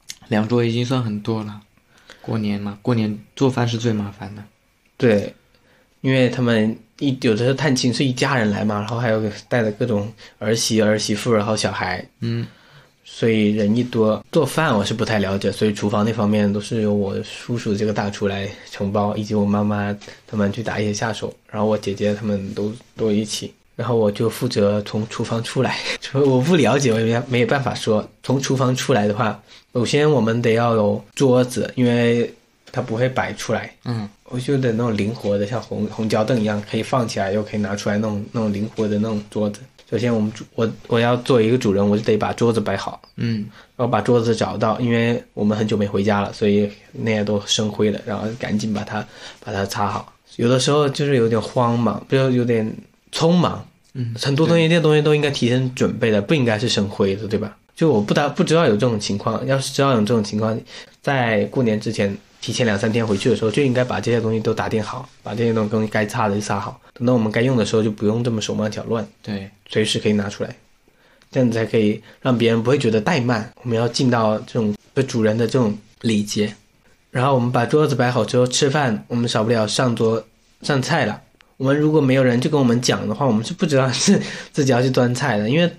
2桌已经算很多了。过年嘛，过年做饭是最麻烦的。对， 因为他们有的时候探亲是一家人来嘛，然后还有带着各种儿媳妇，然后小孩，所以人一多，做饭我是不太了解，所以厨房那方面都是由我叔叔这个大厨来承包，以及我妈妈他们去打一些下手，然后我姐姐他们都一起，然后我就负责从厨房出来。我不了解，我也没有办法说。从厨房出来的话，首先我们得要有桌子，因为它不会摆出来。我就得那种灵活的，像红胶凳一样，可以放起来又可以拿出来那种灵活的那种桌子。首先我要做一个主人，我就得把桌子摆好。然后把桌子找到，因为我们很久没回家了，所以那些都生灰了，然后赶紧把它擦好。有的时候就是有点慌忙，就有点匆忙。很多东西这些东西都应该提前准备的，不应该是生灰的，对吧？就我不知道有这种情况，要是知道有这种情况，在过年之前提前2-3天回去的时候，就应该把这些东西都打点好，把这些东西该擦的就擦好，等到我们该用的时候就不用这么手忙脚乱。 对， 随时可以拿出来，这样子才可以让别人不会觉得怠慢。我们要尽到这种对主人的这种礼节。然后我们把桌子摆好之后，吃饭我们少不了上桌上菜了。我们如果没有人就跟我们讲的话，我们是不知道是自己要去端菜的，因为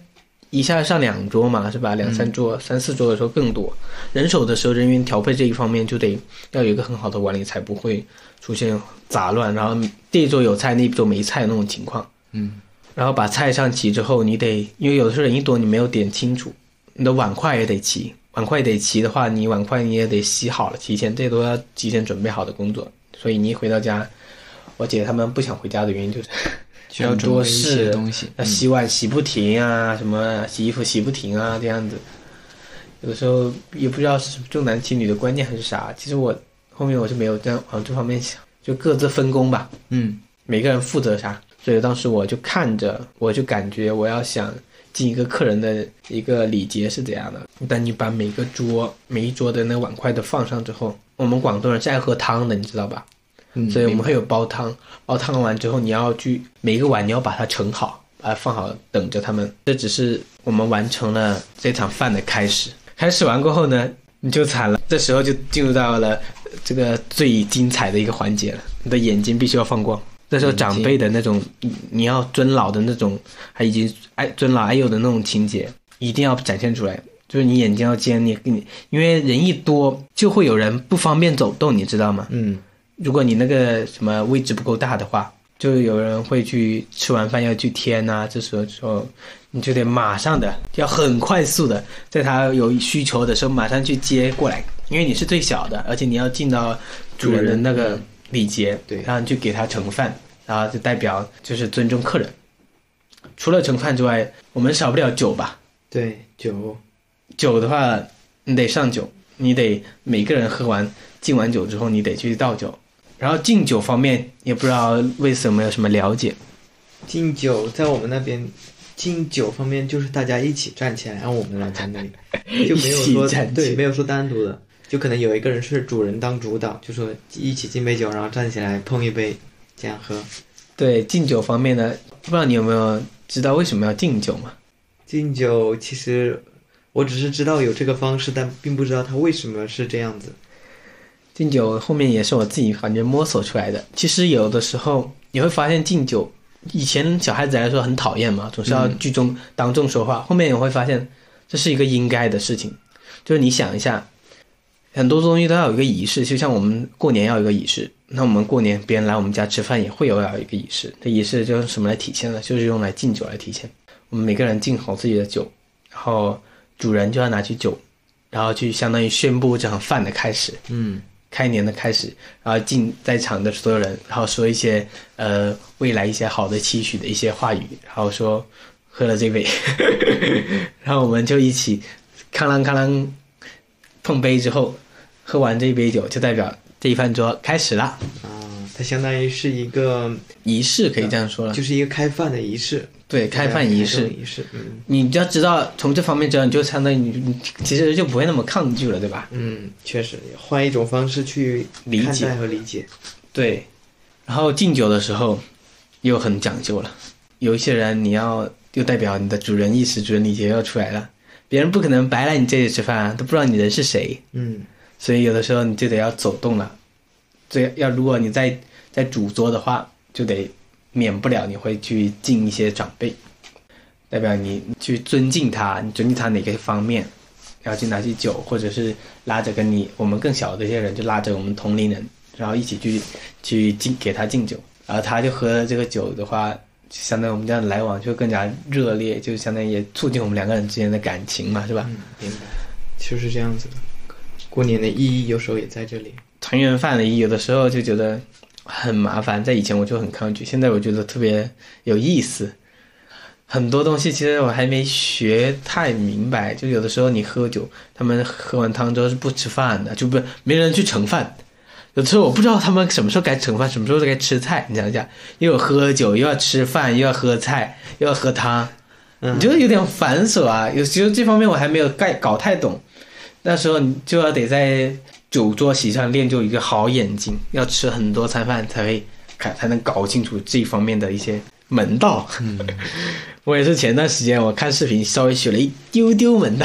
一下上2桌嘛，是吧？2-3桌、3-4桌的时候更多。人手的时候，人员调配这一方面就得要有一个很好的管理，才不会出现杂乱，然后这一桌有菜，那一桌没菜那种情况。然后把菜上齐之后，你得，因为有的时候人一多，你没有点清楚，你的碗筷也得齐。碗筷得齐的话，你碗筷你也得洗好了，提前这都要提前准备好的工作。所以你一回到家，我姐他们不想回家的原因就是需要准备一些东西， 洗碗洗不停啊，什么洗衣服洗不停啊，这样子。有的时候也不知道是重男轻女的观念还是啥。其实我后面我是没有这样往这方面想，就各自分工吧。每个人负责啥。所以当时我就看着，我就感觉我要想进一个客人的一个礼节是怎样的。但你把每一桌的那个碗筷都放上之后，我们广东人是爱喝汤的，你知道吧？所以我们会有煲汤，煲汤完之后你要去每一个碗你要把它盛好，把它放好等着他们。这只是我们完成了这场饭的开始。开始完过后呢，你就惨了，这时候就进入到了这个最精彩的一个环节了，你的眼睛必须要放光。这时候长辈的那种你要尊老的那种，还以及尊老爱幼的那种情节一定要展现出来。就是你眼睛要尖，因为人一多就会有人不方便走动，你知道吗？如果你那个什么位置不够大的话，就有人会去吃完饭要去添啊，这时候你就得马上的要很快速的在他有需求的时候马上去接过来，因为你是最小的，而且你要尽到主人的那个礼节，对，然后你就给他盛饭，然后就代表就是尊重客人。除了盛饭之外，我们少不了酒吧？ 对， 酒的话你得上酒，你得每个人喝完敬完酒之后你得去倒酒。然后敬酒方面也不知道为什么有什么了解。 敬酒在我们那边，敬酒方面就是大家一起站起来，然后我们老家那里就没有说对，没有说单独的，就可能有一个人是主人当主导，就说一起敬杯酒，然后站起来碰一杯这样喝。 对，敬酒方面呢，不知道你有没有知道为什么要敬酒吗？ 敬酒其实我只是知道有这个方式，但并不知道它为什么是这样子。 敬酒后面也是我自己反正摸索出来的。其实有的时候你会发现敬酒，以前小孩子来说很讨厌嘛，总是要聚众当众说话。后面你会发现这是一个应该的事情。就是你想一下，很多东西都要有一个仪式，就像我们过年要有一个仪式，那我们过年别人来我们家吃饭也会有一个仪式。这仪式就是什么来体现呢？就是用来敬酒来体现。我们每个人敬好自己的酒，然后主人就要拿起酒，然后去相当于宣布这场饭的开始。开年的开始，然后敬在场的所有人，然后说一些未来一些好的期许的一些话语，然后说喝了这杯然后我们就一起康啷康啷碰杯之后，喝完这一杯酒就代表这一饭桌开始了。 它相当于是一个仪式，可以这样说了， 就是一个开饭的仪式。 对，开饭仪式。你要知道从这方面知道，你就相当于你其实就不会那么抗拒了，对吧？ 确实换一种方式去理解和理解。 对，然后敬酒的时候又很讲究了，有一些人你要又代表你的主人意识、主人礼节要出来了，别人不可能白来你这里吃饭，都不知道你人是谁。所以有的时候你就得要走动了。如果你在主桌的话，就得免不了你会去敬一些长辈，代表你去尊敬他，你尊敬他哪个方面，然后去拿起酒，或者是拉着我们更小的一些人，就拉着我们同龄人，然后一起去给他敬酒，然后他就喝这个酒的话，就相当于我们这样的来往就更加热烈，就相当于也促进我们两个人之间的感情嘛，是吧？ 明白，就是这样子的。过年的意义有时候也在这里。 团圆饭的意义有的时候就觉得很麻烦，在以前我就很抗拒，现在我觉得特别有意思。很多东西其实我还没学太明白，就有的时候你喝酒，他们喝完汤之后是不吃饭的，就没人去盛饭。有的时候我不知道他们什么时候该盛饭，什么时候该吃菜。你想想，又有喝酒，又要吃饭，又要喝菜，又要喝汤，你觉得有点繁琐啊。有时候这方面我还没有搞太懂，那时候你就要得在酒桌席上练就一个好眼睛，要吃很多餐饭才能搞清楚这一方面的一些门道。我也是前段时间我看视频稍微学了一丢丢门道。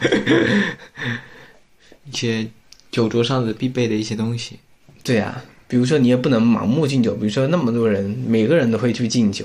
一些酒桌上的必备的一些东西。 对啊，比如说你也不能盲目敬酒，比如说那么多人每个人都会去敬酒，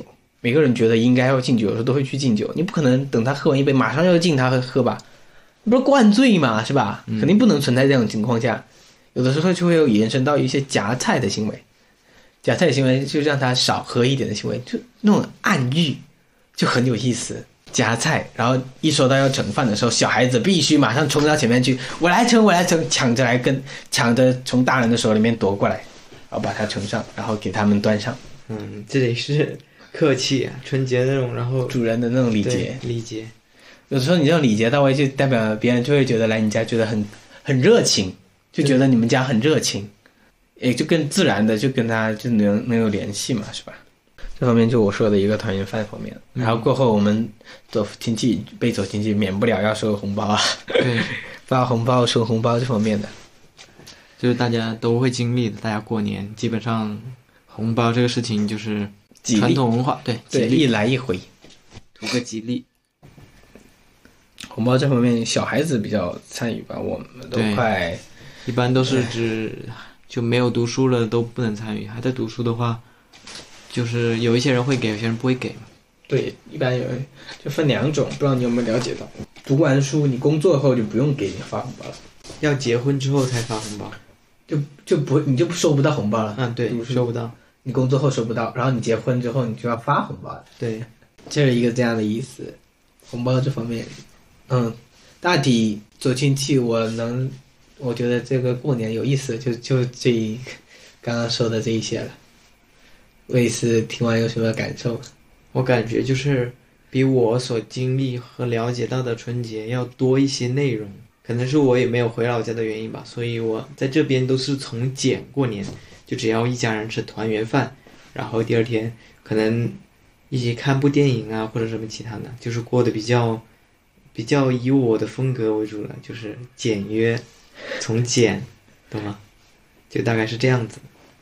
每个人觉得应该要敬酒，有时候都会去敬酒。你不可能等他喝完一杯马上要敬他喝吧，不是灌醉嘛，是吧？肯定不能存在这种情况下。有的时候就会有延伸到一些夹菜的行为，夹菜的行为就让他少喝一点的行为，就那种暗喻就很有意思。夹菜，然后一说到要盛饭的时候，小孩子必须马上冲到前面去，我来盛，抢着从大人的手里面夺过来，然后把它盛上，然后给他们端上。 这里是客气啊，春节那种，然后主人的那种礼节。 礼节， 有时候你这种礼节到位，就代表别人就会觉得来你家觉得很热情，就觉得你们家很热情，也就更自然的就跟他就能有联系嘛，是吧？这方面就我说的一个团圆饭方面，然后过后我们走亲戚免不了要收红包啊， 对， 发红包收红包这方面的， 就是大家都会经历的。大家过年基本上红包这个事情就是传统文化，对， 一来一回， 图个吉利。 红包这方面小孩子比较参与吧，我们都快一般都是指就没有读书了都不能参与，还在读书的话，就是有一些人会给，有些人不会给嘛。 对，一般有就分两种，不知道你有没有了解到？读完书，你工作后就不用给你发红包了， 要结婚之后才发红包， 你就收不到红包了。 对，收不到。 你工作后收不到，然后你结婚之后你就要发红包了。 对， 这是一个这样的意思。红包这方面，大体走亲戚，我觉得这个过年有意思，就这刚刚说的这一些了。魏斯听完有什么感受？ 我感觉就是比我所经历和了解到的春节要多一些内容，可能是我也没有回老家的原因吧，所以我在这边都是从简过年，就只要一家人吃团圆饭，然后第二天可能一起看部电影啊或者什么其他的，就是过得比较以我的风格为主了，就是简约，从简，懂吗？就大概是这样子。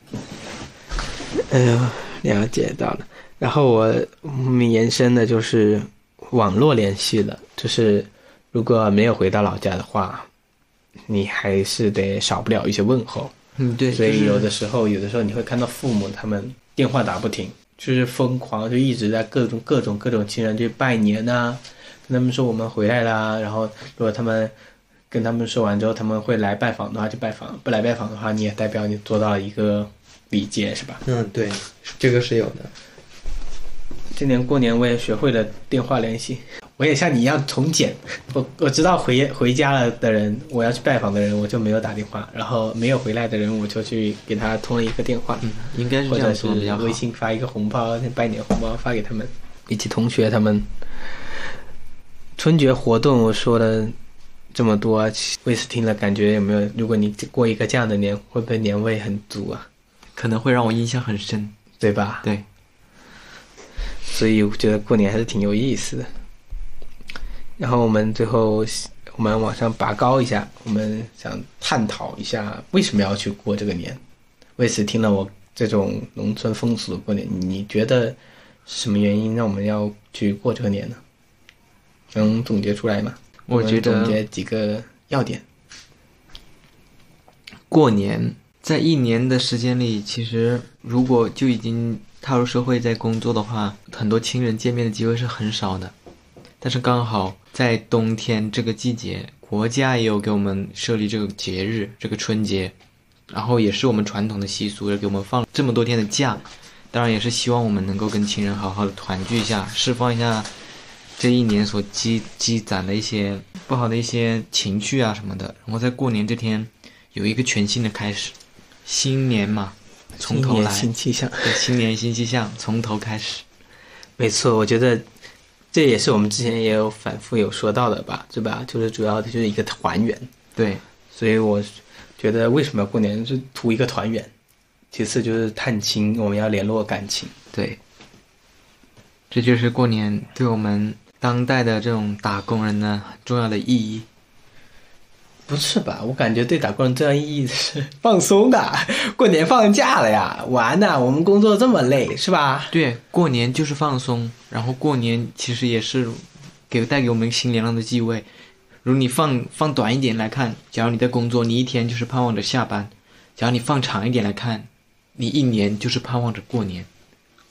了解到了。然后我们延伸的就是网络联系了，就是如果没有回到老家的话，你还是得少不了一些问候。 对。 所以有的时候你会看到父母他们电话打不停，就是疯狂，就一直在各种亲人去拜年啊，跟他们说我们回来啦，然后如果他们跟他们说完之后，他们会来拜访的话就拜访，不来拜访的话，你也代表你做到了一个礼节，是吧？ 对，这个是有的。 今年过年我也学会了电话联系，我也像你一样从简。我知道回家了的人，我要去拜访的人，我就没有打电话，然后没有回来的人，我就去给他通了一个电话， 应该是这样说比较好， 或者是微信发一个红包，拜年红包发给他们，以及同学他们。春节活动我说了这么多，魏斯听了感觉有没有？如果你过一个这样的年，会不会年味很足啊？ 可能会让我印象很深， 对吧？ 对。 所以我觉得过年还是挺有意思的。然后我们最后我们往上拔高一下，我们想探讨一下为什么要去过这个年。为此听了我这种农村风俗的过年，你觉得是什么原因让我们要去过这个年呢？能总结出来吗？ 我觉得总结几个要点。 过年在一年的时间里，其实如果就已经踏入社会在工作的话，很多亲人见面的机会是很少的。但是刚好在冬天这个季节，国家也有给我们设立这个节日，这个春节，然后也是我们传统的习俗，也给我们放这么多天的假，当然也是希望我们能够跟亲人好好的团聚一下，释放一下这一年所积攒的一些不好的一些情绪啊什么的，然后在过年这天有一个全新的开始，新年嘛，从头来， 新气象， 对，新年新气象，从头开始。 没错，我觉得这也是我们之前也有反复有说到的吧，对吧？就是主要的就是一个团圆。 对， 所以我觉得为什么要过年，是图一个团圆。其次就是探亲，我们要联络感情。 对，这就是过年对我们当代的这种打工人呢重要的意义。 不是吧？我感觉对打工人最大意义是放松的，过年放假了呀，玩呢，我们工作这么累，是吧？ 对，过年就是放松，然后过年其实也是带给我们新年浪的机会。如果你放短一点来看，假如你在工作，你一天就是盼望着下班；假如你放长一点来看，你一年就是盼望着过年。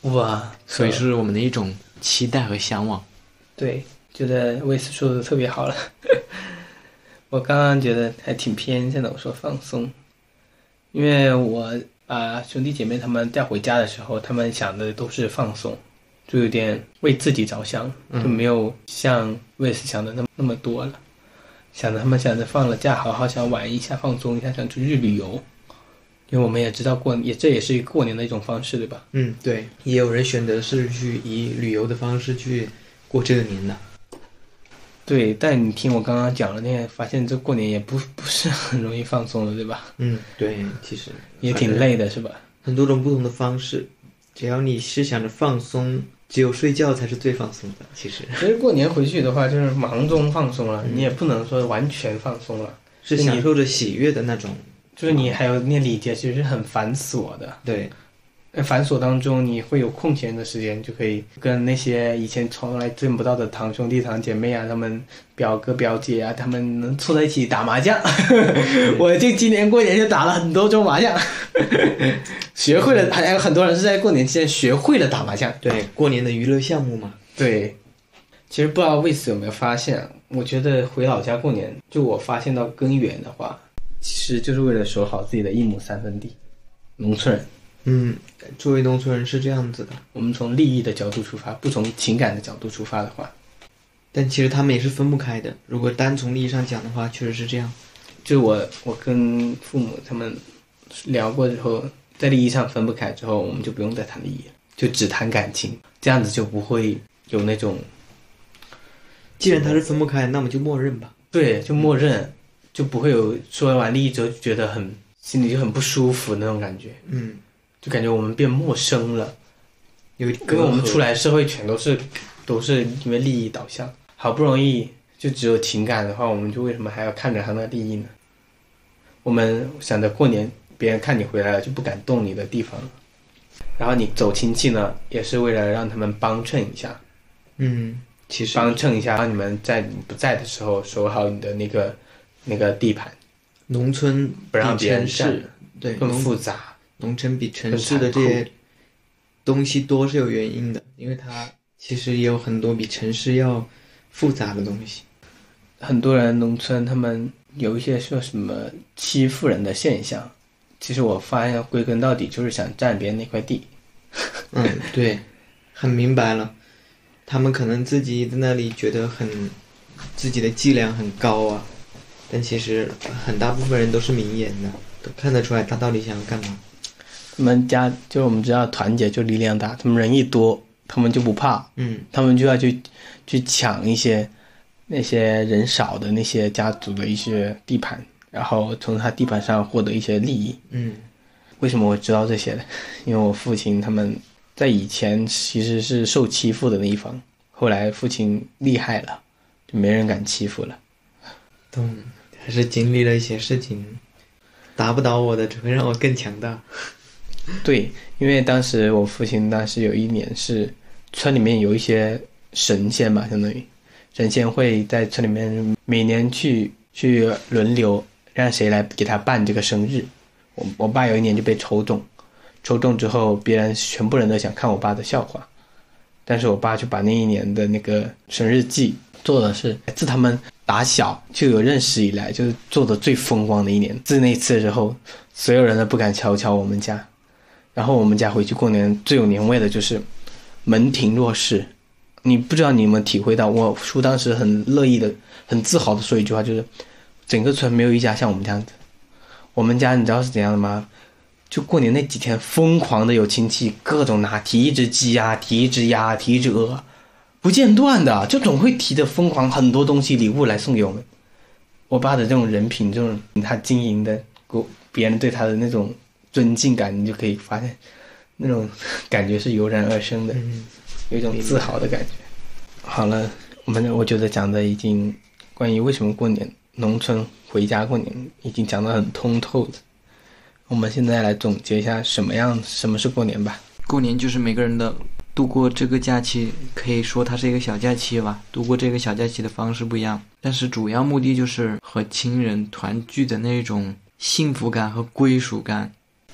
哇， 所以是我们的一种期待和向往。 对，觉得魏斯说的特别好了。我刚刚觉得还挺偏向的，我说放松，因为我兄弟姐妹他们带回家的时候，他们想的都是放松，就有点为自己着想，就没有像魏斯想的那么多了。他们想着放了假，好好想玩一下，放松一下，想出去旅游。因为我们也知道这也是过年的一种方式，对吧？ 对，也有人选择是以旅游的方式去过这个年的。 对，但你听我刚刚讲了那些，发现这过年也不是很容易放松的，对吧？ 对，其实也挺累的，是吧？ 很多种不同的方式，只要你是想着放松，只有睡觉才是最放松的。其实过年回去的话，就是忙中放松了，你也不能说完全放松了， 是享受着喜悦的那种。 就是你还有念礼节，其实是很繁琐的。 对。 繁琐当中，你会有空闲的时间，就可以跟那些以前从来见不到的堂兄弟、堂姐妹啊，他们表哥表姐啊，他们能凑在一起打麻将。我就今年过年就打了很多桌麻将，学会了。还有很多人是在过年期间学会了打麻将。 对，过年的娱乐项目嘛。 对，其实不知道魏斯有没有发现，我觉得回老家过年，就我发现到根源的话，其实就是为了守好自己的1亩3分地。农村人。 作为农村人是这样子的。 我们从利益的角度出发，不从情感的角度出发的话， 但其实他们也是分不开的。如果单从利益上讲的话，确实是这样。 就我跟父母他们聊过之后，在利益上分不开之后，我们就不用再谈利益了，就只谈感情，这样子就不会有那种。 既然他是分不开，那么就默认吧。 对，就默认，就不会有说完利益之后就觉得心里就很不舒服那种感觉。就感觉我们变陌生了，因为我们出来社会全都是因为利益导向，好不容易就只有情感的话，我们就为什么还要看着他那个利益呢？我们想着过年别人看你回来了就不敢动你的地方了，然后你走亲戚呢，也是为了让他们帮衬一下。 其实帮衬一下，让你们在你不在的时候守好你的那个地盘。 农村不让别人占， 对， 更复杂。 农村比城市的这些东西多是有原因的，因为它其实也有很多比城市要复杂的东西。 很多人农村他们有一些说什么欺负人的现象，其实我发现归根到底就是想占别人那块地。 对，很明白了。他们可能自己在那里觉得自己的伎俩很高啊，但其实很大部分人都是明眼的，都看得出来他到底想要干嘛。 他们家就我们知道团结就力量大，他们人一多，他们就不怕，他们就要去抢那些人少的那些家族的一些地盘，然后从他地盘上获得一些利益。为什么我知道这些呢？因为我父亲他们在以前其实是受欺负的那一方，后来父亲厉害了，就没人敢欺负了。 还是经历了一些事情，打不倒我的只会让我更强大。 对，因为当时我父亲有一年是村里面有一些神仙嘛，相当于神仙会在村里面每年去轮流让谁来给他办这个生日。我爸有一年就被抽中之后，全部人都想看我爸的笑话，但是我爸就把那一年的那个生日祭做的是自他们打小就有认识以来就是做的最风光的一年。自那次之后，所有人都不敢瞧我们家。然后我们家回去过年最有年味的就是门庭若市。你不知道你有没有体会到，我叔当时很乐意的很自豪的说一句话，就是整个村没有一家像我们这样子。我们家你知道是怎样的吗？就过年那几天疯狂的有亲戚各种拿提一只鸡啊，提一只鸭，提一只鹅，不间断的，就总会提着疯狂很多东西礼物来送给我们。我爸的这种人品，这种他经营的别人对他的那种尊敬感，你就可以发现那种感觉是油然而生的，有一种自豪的感觉。好了，我觉得讲的已经关于为什么过年农村回家过年已经讲得很通透了。我们现在来总结一下什么是过年吧。 过年就是每个人的度过这个假期，可以说它是一个小假期吧，度过这个小假期的方式不一样，但是主要目的就是和亲人团聚的那种幸福感和归属感。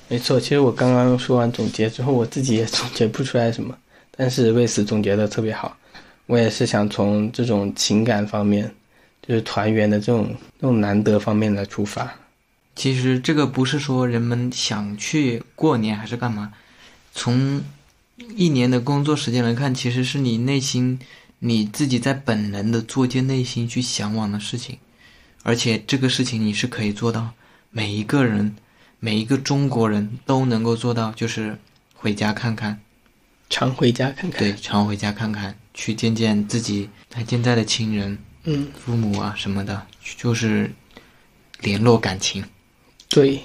没错，其实我刚刚说完总结之后，我自己也总结不出来什么，但是卫斯总结的特别好。我也是想从这种情感方面，就是团圆的这种难得方面来出发。 其实这个不是说人们想去过年还是干嘛，从一年的工作时间来看，其实是你内心你自己在本能的做件内心去向往的事情，而且这个事情你是可以做到，每一个人每一个中国人都能够做到，就是回家看看， 常回家看看。 对，常回家看看，去见见自己还健在的亲人，父母啊什么的，就是联络感情。 对，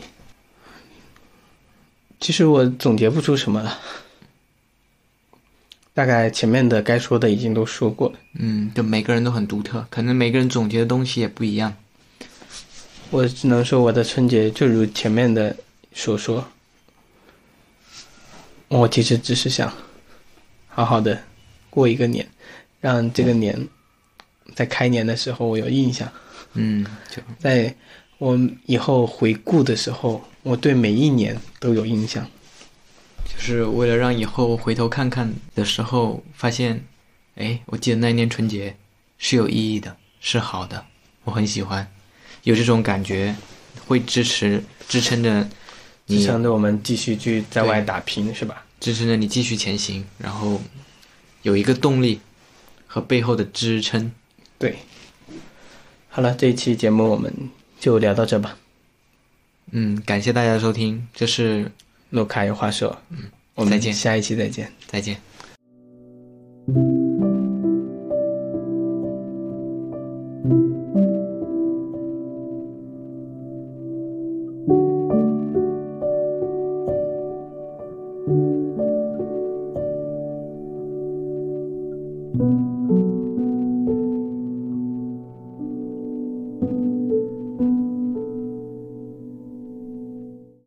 其实我总结不出什么了，大概前面的该说的已经都说过了。 就每个人都很独特，可能每个人总结的东西也不一样。 我只能说我的春节就如前面的所说，我其实只是想好好的过一个年，让这个年在开年的时候我有印象。在我以后回顾的时候，我对每一年都有印象。 就是为了让以后回头看看的时候发现，我记得那一年春节是有意义的，是好的，我很喜欢，有这种感觉会支撑着你， 支撑着我们继续去在外打拼，是吧？ 支撑着你继续前行，然后有一个动力和背后的支撑。 对，好了，这一期节目我们就聊到这吧。 感谢大家的收听，这是洛卡有话说。我们下一期再见。 再见。 嗯。